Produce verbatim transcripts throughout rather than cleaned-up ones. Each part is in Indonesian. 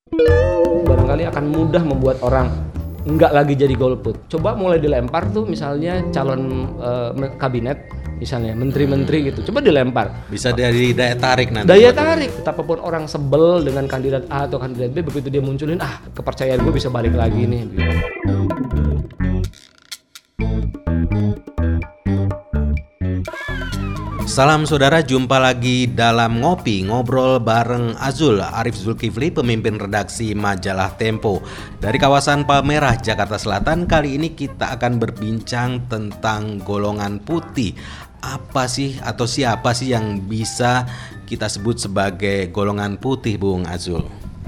Barangkali akan mudah membuat orang nggak lagi jadi golput. Coba mulai dilempar tuh misalnya calon uh, kabinet, misalnya menteri-menteri gitu. Coba dilempar. Bisa dari daya tarik nanti. Daya tarik. Betapapun orang sebel dengan kandidat A atau kandidat B, begitu dia munculin, ah kepercayaan gue bisa balik lagi nih. Gitu. Salam saudara, jumpa lagi dalam Ngopi, ngobrol bareng Azul, Arif Zulkifli, pemimpin redaksi majalah Tempo. Dari kawasan Palmerah, Jakarta Selatan, kali ini kita akan berbincang tentang golongan putih. Apa sih atau siapa sih yang bisa kita sebut sebagai golongan putih, Bung Azul?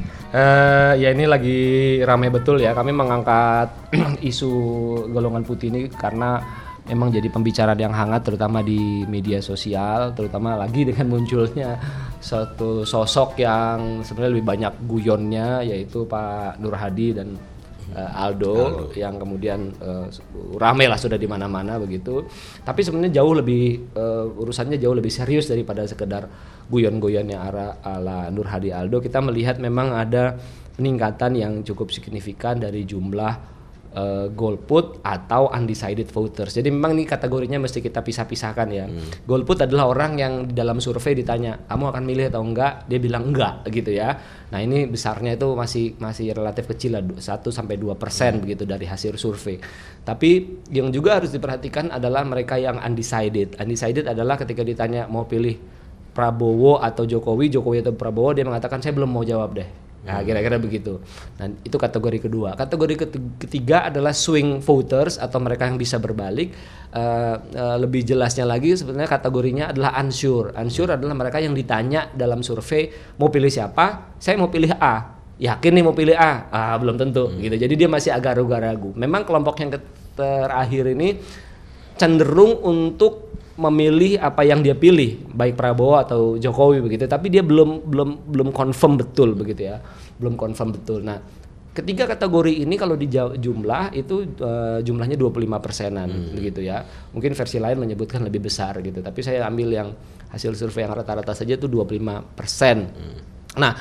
Uh, ya ini lagi ramai betul ya, kami mengangkat isu golongan putih ini karena memang jadi pembicaraan yang hangat terutama di media sosial, terutama lagi dengan munculnya satu sosok yang sebenarnya lebih banyak guyonnya, yaitu Pak Nur Hadi dan uh, Aldo, Aldo yang kemudian uh, ramai lah sudah di mana-mana begitu. Tapi sebenarnya jauh lebih uh, urusannya jauh lebih serius daripada sekedar guyon-guyonnya ala, ala Nur Hadi Aldo. Kita melihat memang ada peningkatan yang cukup signifikan dari jumlah Uh, golput atau undecided voters. Jadi memang ini kategorinya mesti kita pisah-pisahkan ya. Hmm. Golput adalah orang yang di dalam survei ditanya, kamu akan milih atau enggak? Dia bilang enggak gitu ya. Nah, ini besarnya itu masih masih relatif kecil lah, satu sampai dua persen hmm. begitu dari hasil survei. Tapi yang juga harus diperhatikan adalah mereka yang undecided. Undecided adalah ketika ditanya mau pilih Prabowo atau Jokowi, Jokowi atau Prabowo, dia mengatakan saya belum mau jawab deh. Nah, kira-kira begitu. Nah, itu kategori kedua. Kategori ketiga adalah swing voters atau mereka yang bisa berbalik. Uh, uh, lebih jelasnya lagi sebenarnya kategorinya adalah unsure. Unsure adalah mereka yang ditanya dalam survei mau pilih siapa? Saya mau pilih A. Yakin nih mau pilih A? Ah, belum tentu hmm. gitu. Jadi dia masih agak ragu-ragu. Memang kelompok yang terakhir ini cenderung untuk memilih apa yang dia pilih, baik Prabowo atau Jokowi begitu, tapi dia belum belum belum confirm betul begitu ya, belum confirm betul. Nah, ketiga kategori ini kalau di jumlah itu uh, jumlahnya dua puluh lima persenan hmm. begitu ya. Mungkin versi lain menyebutkan lebih besar gitu, tapi saya ambil yang hasil survei yang rata-rata saja itu dua puluh lima persen. Hmm. Nah,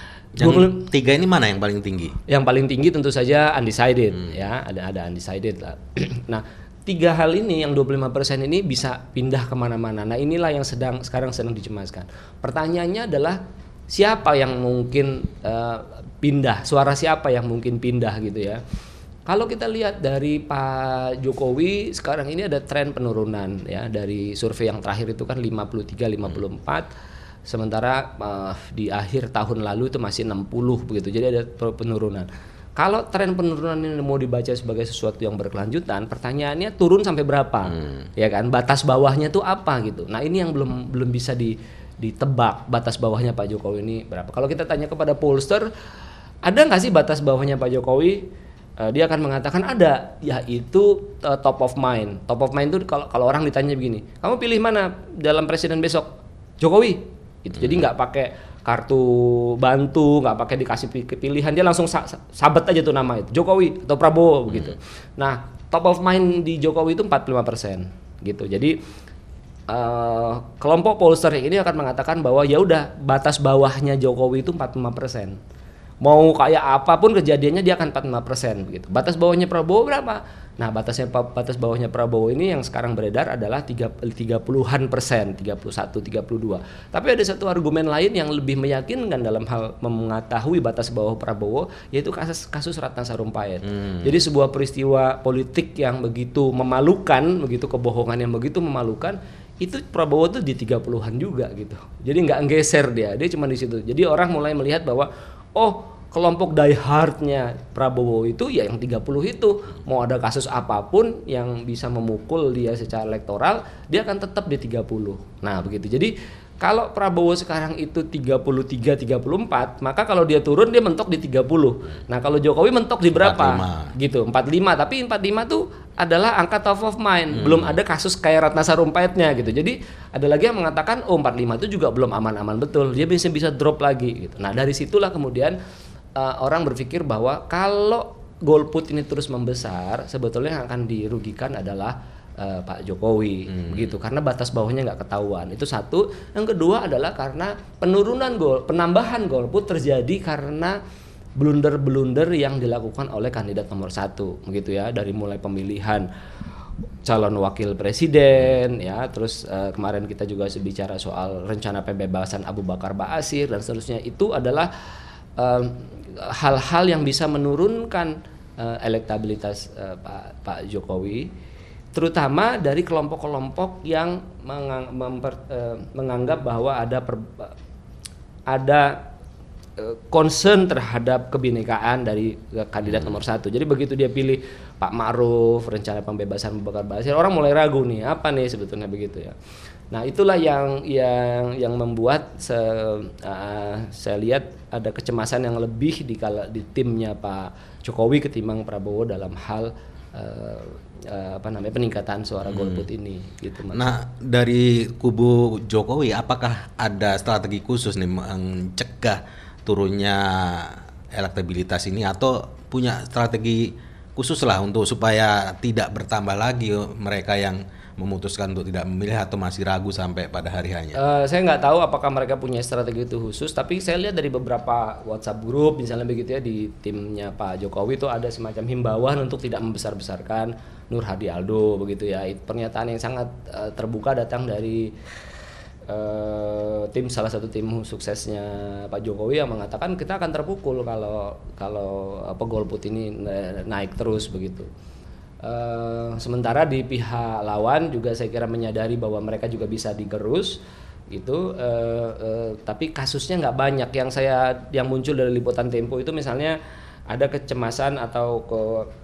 yang tiga ini mana yang paling tinggi? Yang paling tinggi tentu saja undecided hmm. ya, ada ada undecided lah. Nah, tiga hal ini yang dua puluh lima persen ini bisa pindah kemana-mana. Nah, inilah yang sedang sekarang sedang dicemaskan. Pertanyaannya adalah siapa yang mungkin uh, pindah, suara siapa yang mungkin pindah gitu ya. Kalau kita lihat dari Pak Jokowi sekarang ini ada tren penurunan ya, dari survei yang terakhir itu kan lima puluh tiga lima puluh empat, sementara uh, di akhir tahun lalu itu masih enam puluh begitu. Jadi ada penurunan. Kalau tren penurunan ini mau dibaca sebagai sesuatu yang berkelanjutan, pertanyaannya turun sampai berapa, hmm. ya kan? Batas bawahnya tuh apa gitu. Nah, ini yang belum belum bisa di, ditebak batas bawahnya Pak Jokowi ini berapa. Kalau kita tanya kepada pollster, ada nggak sih batas bawahnya Pak Jokowi? Uh, dia akan mengatakan ada, yaitu uh, top of mind. Top of mind itu kalau kalau orang ditanya begini, kamu pilih mana dalam presiden besok? Jokowi. Itu hmm. jadi nggak pakai kartu bantu, nggak pakai dikasih pilihan, dia langsung sa- sabet aja tuh nama itu, Jokowi atau Prabowo begitu. Hmm. Nah, top of mind di Jokowi itu empat puluh lima persen gitu. Jadi uh, kelompok pollster ini akan mengatakan bahwa ya udah batas bawahnya Jokowi itu empat puluh lima persen. Mau kayak apapun kejadiannya dia akan empat puluh lima persen begitu. Batas bawahnya Prabowo berapa? Nah, batasnya batas bawahnya Prabowo ini yang sekarang beredar adalah tiga puluhan persen, tiga puluh satu, tiga puluh dua. Tapi ada satu argumen lain yang lebih meyakinkan dalam hal mengetahui batas bawah Prabowo, yaitu kasus kasus Ratna Sarumpait. Hmm. Jadi sebuah peristiwa politik yang begitu memalukan, begitu kebohongan yang begitu memalukan, itu Prabowo tuh di tiga puluhan juga gitu. Jadi nggak nggeser dia, dia cuma di situ. Jadi orang mulai melihat bahwa oh, kelompok die hard-nya Prabowo itu ya yang tiga puluh itu, mau ada kasus apapun yang bisa memukul dia secara elektoral, dia akan tetap di tiga puluh. Nah, begitu. Jadi kalau Prabowo sekarang itu tiga puluh tiga, tiga puluh empat, maka kalau dia turun dia mentok di tiga puluh. Nah, kalau Jokowi mentok di berapa? empat puluh lima. Gitu, empat puluh lima, tapi empat puluh lima tuh adalah angka top of mind. Hmm. Belum ada kasus kayak Ratna Sarumpaitnya gitu. Jadi ada lagi yang mengatakan oh empat puluh lima itu juga belum aman-aman betul. Dia bisa bisa drop lagi gitu. Nah, dari situlah kemudian uh, orang berpikir bahwa kalau golput ini terus membesar, sebetulnya yang akan dirugikan adalah Uh, Pak Jokowi, hmm. begitu, karena batas bawahnya nggak ketahuan. Itu satu. Yang kedua adalah karena penurunan gol, penambahan golput terjadi karena blunder-blunder yang dilakukan oleh kandidat nomor satu, begitu ya, dari mulai pemilihan calon wakil presiden, ya, terus uh, kemarin kita juga bicara soal rencana pembebasan Abu Bakar Ba'asyir dan seterusnya. Itu adalah uh, hal-hal yang bisa menurunkan uh, elektabilitas uh, Pak, Pak Jokowi, terutama dari kelompok-kelompok yang mengang, memper, uh, menganggap bahwa ada per, ada concern terhadap kebinekaan dari kandidat hmm. nomor satu. Jadi begitu dia pilih Pak Ma'ruf, rencana pembebasan Abu Bakar Ba'asyir, orang mulai ragu nih, apa nih sebetulnya begitu ya. Nah, itulah yang yang yang membuat se, uh, saya lihat ada kecemasan yang lebih di kala, di timnya Pak Jokowi ketimbang Prabowo dalam hal uh, uh, apa namanya peningkatan suara hmm. golput ini gitu. Nah, dari kubu Jokowi apakah ada strategi khusus nih mencegah turunnya elektabilitas ini, atau punya strategi khusus lah untuk supaya tidak bertambah lagi mereka yang memutuskan untuk tidak memilih atau masih ragu sampai pada hari hanya? Uh, saya nggak tahu apakah mereka punya strategi itu khusus, tapi saya lihat dari beberapa WhatsApp grup misalnya begitu ya, di timnya Pak Jokowi itu ada semacam himbauan untuk tidak membesar-besarkan Nur Hadi Aldo begitu ya. Pernyataan yang sangat uh, terbuka datang dari Uh, tim salah satu tim suksesnya Pak Jokowi yang mengatakan kita akan terpukul kalau kalau apa golput ini naik terus begitu. Uh, sementara di pihak lawan juga saya kira menyadari bahwa mereka juga bisa digerus gitu, uh, uh, tapi kasusnya nggak banyak. Yang saya yang muncul dari liputan Tempo itu misalnya ada kecemasan atau ke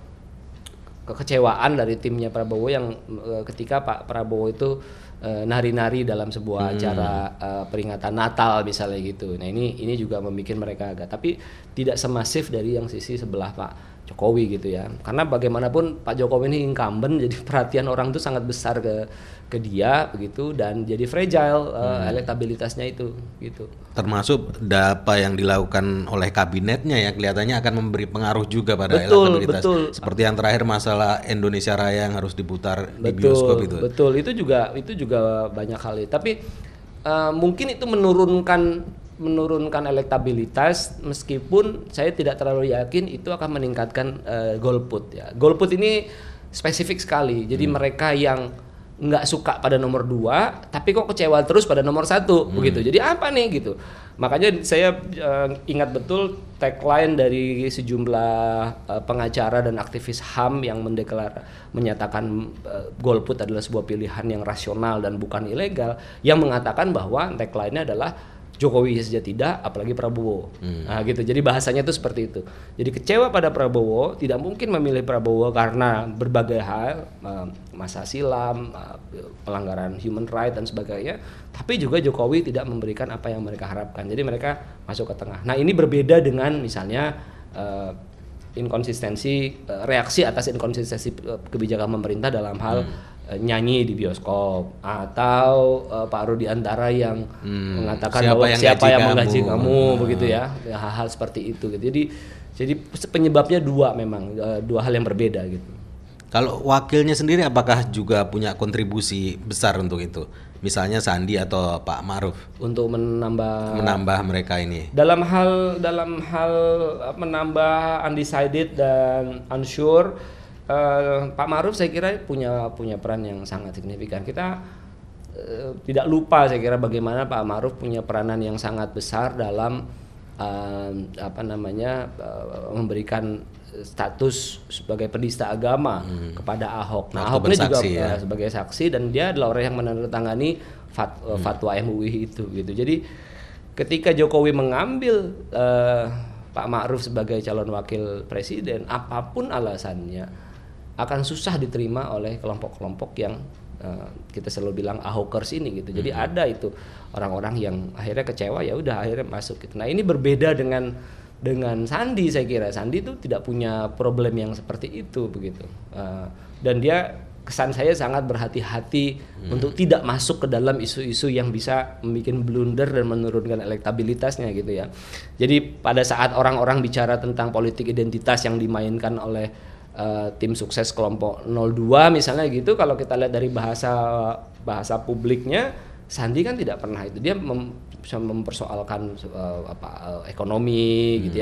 kekecewaan dari timnya Prabowo yang uh, ketika Pak Prabowo itu uh, nari-nari dalam sebuah hmm. acara uh, peringatan Natal misalnya gitu. Nah, ini ini juga membuat mereka agak, tapi tidak semasif dari yang sisi sebelah Pak Jokowi gitu ya. Karena bagaimanapun Pak Jokowi ini incumbent, jadi perhatian orang itu sangat besar ke ke dia begitu, dan jadi fragile uh, hmm. elektabilitasnya itu gitu. Termasuk apa yang dilakukan oleh kabinetnya ya, kelihatannya akan memberi pengaruh juga pada betul, elektabilitas. Betul. Seperti yang terakhir masalah Indonesia Raya yang harus diputar betul, di bioskop itu. Betul, itu juga itu juga banyak hal. Tapi uh, mungkin itu menurunkan menurunkan elektabilitas, meskipun saya tidak terlalu yakin itu akan meningkatkan uh, golput ya. Golput ini spesifik sekali. Jadi hmm. mereka yang nggak suka pada nomor dua, tapi kok kecewa terus pada nomor satu, hmm. begitu. Jadi apa nih gitu? Makanya saya uh, ingat betul tagline dari sejumlah uh, pengacara dan aktivis H A M yang mendeklar menyatakan uh, golput adalah sebuah pilihan yang rasional dan bukan ilegal, yang mengatakan bahwa tagline-nya adalah Jokowi saja tidak, apalagi Prabowo. Hmm. Nah, gitu. Jadi bahasanya itu seperti itu. Jadi kecewa pada Prabowo, tidak mungkin memilih Prabowo karena berbagai hal, masa silam, pelanggaran human right dan sebagainya. Tapi juga Jokowi tidak memberikan apa yang mereka harapkan. Jadi mereka masuk ke tengah. Nah, ini berbeda dengan misalnya uh, inkonsistensi, uh, reaksi atas inkonsistensi kebijakan pemerintah dalam hal hmm. nyanyi di bioskop, atau uh, Pak Rudi Antara yang hmm, mengatakan siapa bahwa yang siapa yang menggaji kamu, kamu hmm. begitu ya, hal-hal seperti itu gitu. Jadi jadi penyebabnya dua memang uh, dua hal yang berbeda gitu. Kalau wakilnya sendiri apakah juga punya kontribusi besar untuk itu? Misalnya Sandi atau Pak Ma'ruf untuk menambah menambah mereka ini. Dalam hal dalam hal menambah undecided dan unsure, Uh, Pak Ma'ruf saya kira punya punya peran yang sangat signifikan. Kita uh, tidak lupa saya kira bagaimana Pak Ma'ruf punya peranan yang sangat besar dalam uh, apa namanya uh, memberikan status sebagai penista agama hmm. kepada Ahok. Nah, Ahok ini juga ya. uh, sebagai saksi, dan dia adalah orang yang menandatangani fat, uh, hmm. fatwa M U I itu gitu. Jadi ketika Jokowi mengambil uh, Pak Ma'ruf sebagai calon wakil presiden, apapun alasannya akan susah diterima oleh kelompok-kelompok yang uh, kita selalu bilang Ahokers ini gitu. Jadi mm-hmm. ada itu orang-orang yang akhirnya kecewa, ya udah akhirnya masuk gitu. Nah, ini berbeda dengan dengan Sandi. Saya kira Sandi itu tidak punya problem yang seperti itu begitu. Uh, dan dia, kesan saya sangat berhati-hati hmm. untuk tidak masuk ke dalam isu-isu yang bisa membuat blunder dan menurunkan elektabilitasnya gitu ya. Jadi pada saat orang-orang bicara tentang politik identitas yang dimainkan oleh Uh, tim sukses kelompok nol dua misalnya gitu, kalau kita lihat dari bahasa bahasa publiknya, Sandi kan tidak pernah itu. Dia mem, mempersoalkan uh, apa uh, ekonomi hmm. gitu ya.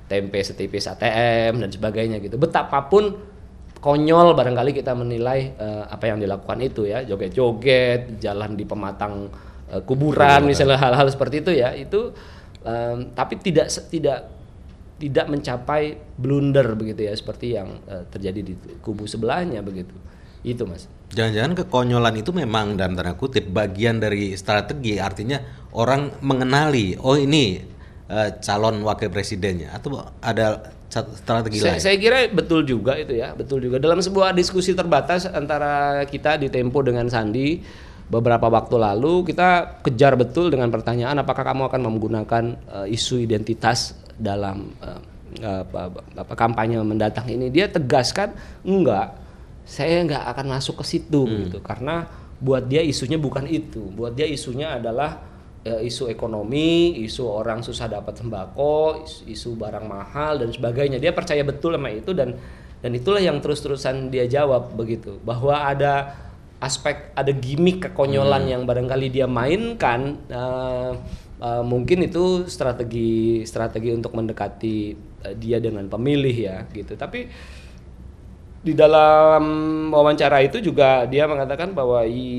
tempe setipis A T M dan sebagainya gitu. Betapapun konyol barangkali kita menilai uh, apa yang dilakukan itu ya, joget-joget, jalan di pematang uh, kuburan oh, misalnya hal-hal seperti itu ya, itu um, tapi tidak tidak tidak mencapai blunder begitu ya seperti yang uh, terjadi di kubu sebelahnya begitu. Itu Mas. Jangan-jangan kekonyolan itu memang dalam tanda kutip bagian dari strategi, artinya orang mengenali oh ini uh, calon wakil presidennya atau ada strategi saya, lain. Saya kira betul juga itu ya, betul juga dalam sebuah diskusi terbatas antara kita di Tempo dengan Sandi beberapa waktu lalu kita kejar betul dengan pertanyaan apakah kamu akan menggunakan uh, isu identitas dalam uh, apa, apa kampanye mendatang ini. Dia tegaskan enggak, saya enggak akan masuk ke situ hmm. gitu karena buat dia isunya bukan itu, buat dia isunya adalah isu ekonomi, isu orang susah dapat sembako, isu, isu barang mahal dan sebagainya. Dia percaya betul sama itu dan dan itulah yang terus-terusan dia jawab begitu. Bahwa ada aspek, ada gimmick kekonyolan hmm. yang barangkali dia mainkan, uh, uh, mungkin itu strategi strategi untuk mendekati uh, dia dengan pemilih ya gitu. Tapi di dalam wawancara itu juga dia mengatakan bahwa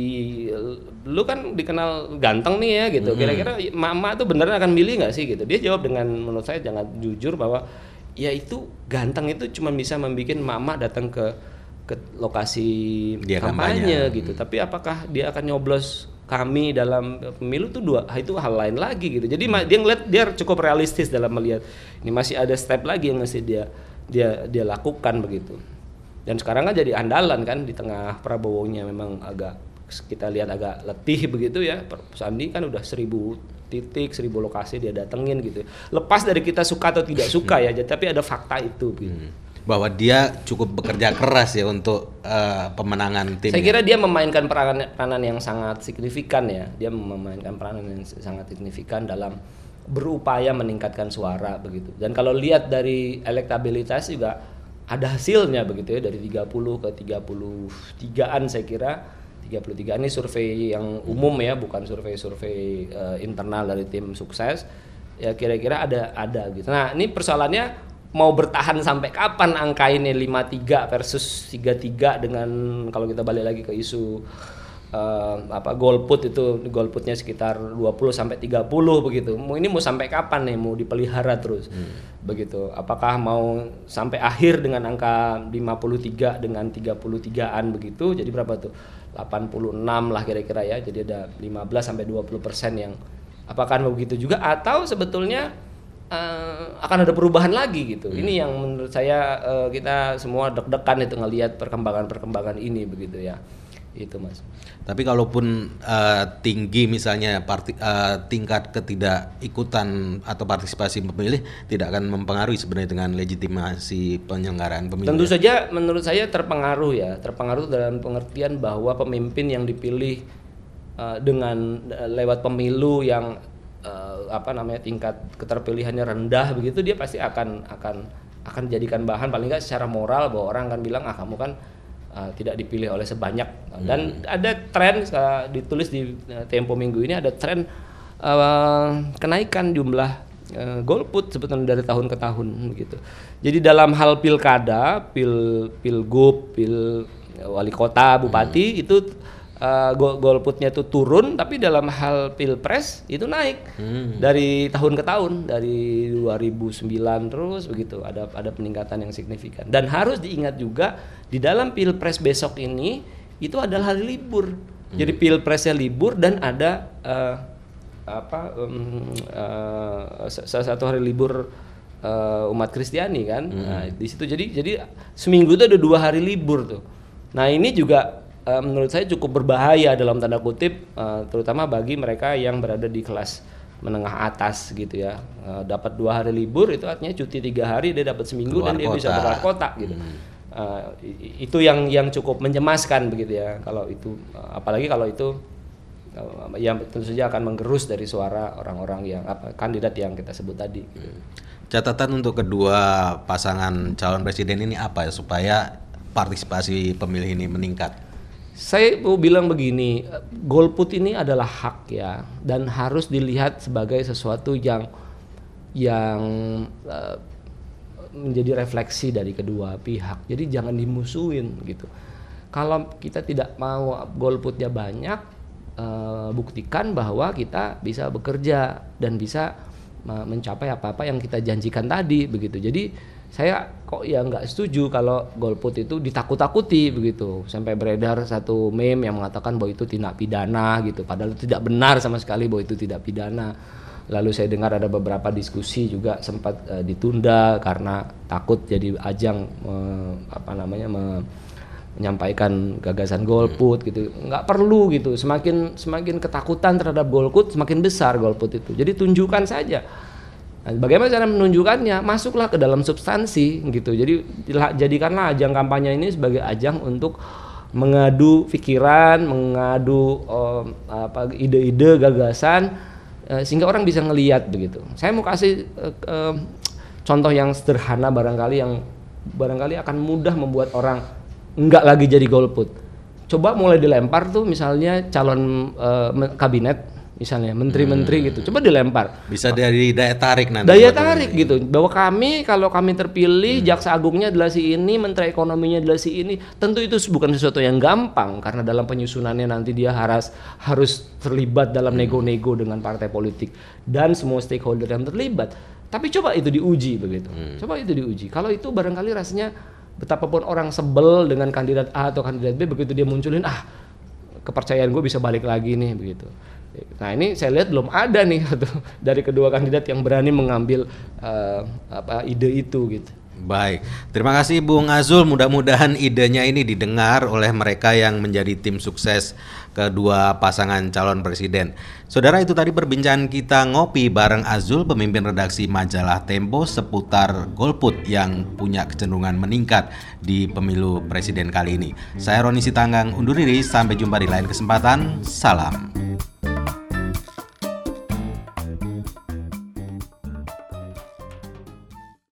lu kan dikenal ganteng nih ya gitu. Kira-kira mama tuh beneran akan milih nggak sih gitu. Dia jawab dengan menurut saya jangan jujur bahwa ya itu ganteng itu cuma bisa membuat mama datang ke ke lokasi dia kampanye, kampanye gitu. Hmm. Tapi apakah dia akan nyoblos kami dalam pemilu tuh dua itu hal lain lagi gitu. Jadi hmm. dia ngeliat dia cukup realistis dalam melihat ini masih ada step lagi yang masih dia dia dia lakukan begitu. Dan sekarang kan jadi andalan kan di tengah Prabowo-nya memang agak kita lihat agak letih begitu ya. Sandi kan udah seribu titik, seribu lokasi dia datengin gitu. Lepas dari kita suka atau tidak suka ya, tapi ada fakta itu gitu. Bahwa dia cukup bekerja keras ya untuk uh, pemenangan tim. Saya kira dia memainkan peranan, peranan yang sangat signifikan ya. Dia memainkan peranan yang sangat signifikan dalam berupaya meningkatkan suara begitu. Dan kalau lihat dari elektabilitas juga ada hasilnya begitu ya, dari tiga puluh ke tiga puluh tigaan saya kira. tiga puluh tiga ini survei yang umum ya, bukan survei-survei uh, internal dari tim sukses. Ya kira-kira ada ada gitu. Nah, ini persoalannya mau bertahan sampai kapan angka ini lima tiga versus tiga tiga dengan kalau kita balik lagi ke isu uh, apa golput itu golputnya sekitar dua puluh sampai tiga puluh begitu. Mau ini mau sampai kapan nih mau dipelihara terus? Hmm. Begitu. Apakah mau sampai akhir dengan angka lima puluh tiga dengan tiga puluh tigaan begitu? Jadi berapa tuh? delapan puluh enam lah kira-kira ya. Jadi ada lima belas sampai dua puluh persen yang apakah begitu juga atau sebetulnya uh, akan ada perubahan lagi gitu. Hmm. Ini yang menurut saya uh, kita semua deg-degan itu ngelihat perkembangan-perkembangan ini begitu ya. Itu Mas. Tapi kalaupun uh, tinggi misalnya parti, uh, tingkat ketidakikutan atau partisipasi pemilih tidak akan mempengaruhi sebenarnya dengan legitimasi penyelenggaraan pemilu. Tentu saja menurut saya terpengaruh ya, terpengaruh dalam pengertian bahwa pemimpin yang dipilih uh, dengan uh, lewat pemilu yang uh, apa namanya tingkat keterpilihannya rendah begitu dia pasti akan akan akan jadikan bahan paling nggak secara moral bahwa orang akan bilang ah kamu kan Uh, tidak dipilih oleh sebanyak dan hmm. ada tren uh, ditulis di uh, Tempo minggu ini ada tren uh, kenaikan jumlah uh, golput sebetulnya dari tahun ke tahun begitu. Jadi dalam hal pilkada, pil pilgub, pil wali kota, bupati hmm. itu uh, gol golputnya itu turun, tapi dalam hal pilpres itu naik hmm. dari tahun ke tahun, dari dua ribu sembilan terus begitu ada ada peningkatan yang signifikan. Dan harus diingat juga di dalam pilpres besok ini itu adalah hari libur. Hmm. Jadi pilpresnya libur dan ada uh, apa um, uh, salah satu hari libur uh, umat Kristiani kan. Hmm. Nah, di situ jadi jadi seminggu itu ada dua hari libur tuh. Nah, ini juga uh, menurut saya cukup berbahaya dalam tanda kutip uh, terutama bagi mereka yang berada di kelas menengah atas gitu ya. Uh, dapat dua hari libur itu artinya cuti tiga hari dia dapat seminggu keluar dan dia kota. Bisa keluar kota gitu. Hmm. Uh, itu yang yang cukup mencemaskan begitu ya kalau itu uh, apalagi kalau itu uh, yang tentu saja akan menggerus dari suara orang-orang yang apa kandidat yang kita sebut tadi gitu. Catatan untuk kedua pasangan calon presiden ini apa ya supaya partisipasi pemilih ini meningkat? Saya mau bilang begini, golput ini adalah hak ya dan harus dilihat sebagai sesuatu yang yang uh, menjadi refleksi dari kedua pihak. Jadi jangan dimusuhin gitu. Kalau kita tidak mau golputnya banyak, uh, buktikan bahwa kita bisa bekerja dan bisa uh, mencapai apa-apa yang kita janjikan tadi begitu. Jadi saya kok ya nggak setuju kalau golput itu ditakut-takuti begitu, sampai beredar satu meme yang mengatakan bahwa itu tindak pidana gitu, padahal tidak benar sama sekali bahwa itu tidak pidana. Lalu saya dengar ada beberapa diskusi juga sempat uh, ditunda karena takut jadi ajang uh, apa namanya me- menyampaikan gagasan golput gitu. Nggak perlu gitu, semakin semakin ketakutan terhadap golput semakin besar golput itu. Jadi tunjukkan saja. Nah, bagaimana cara menunjukkannya? Masuklah ke dalam substansi gitu. Jadi jadikanlah ajang kampanye ini sebagai ajang untuk mengadu pikiran, mengadu um, apa ide-ide, gagasan, uh, sehingga orang bisa ngelihat begitu. Saya mau kasih uh, uh, contoh yang sederhana barangkali yang barangkali akan mudah membuat orang enggak lagi jadi golput. Coba mulai dilempar tuh misalnya calon uh, kabinet, misalnya menteri-menteri hmm. gitu, coba dilempar. Bisa dari daya tarik nanti. Daya tarik ini. Gitu, bahwa kami kalau kami terpilih, hmm. jaksa agungnya adalah si ini, menteri ekonominya adalah si ini. Tentu itu bukan sesuatu yang gampang karena dalam penyusunannya nanti dia harus harus terlibat dalam hmm. nego-nego dengan partai politik dan semua stakeholder yang terlibat. Tapi coba itu diuji begitu, hmm. coba itu diuji. Kalau itu barangkali rasanya betapapun orang sebel dengan kandidat A atau kandidat B, begitu dia munculin, ah kepercayaan gue bisa balik lagi nih begitu. Nah ini saya lihat belum ada nih dari kedua kandidat yang berani mengambil uh, apa ide itu gitu. Baik, terima kasih Bung Azul. Mudah-mudahan idenya ini didengar oleh mereka yang menjadi tim sukses kedua pasangan calon presiden. Saudara, itu tadi perbincangan kita ngopi bareng Azul, pemimpin redaksi majalah Tempo, seputar golput yang punya kecenderungan meningkat di pemilu presiden kali ini. Saya Roni Sitanggang undur diri, sampai jumpa di lain kesempatan. Salam.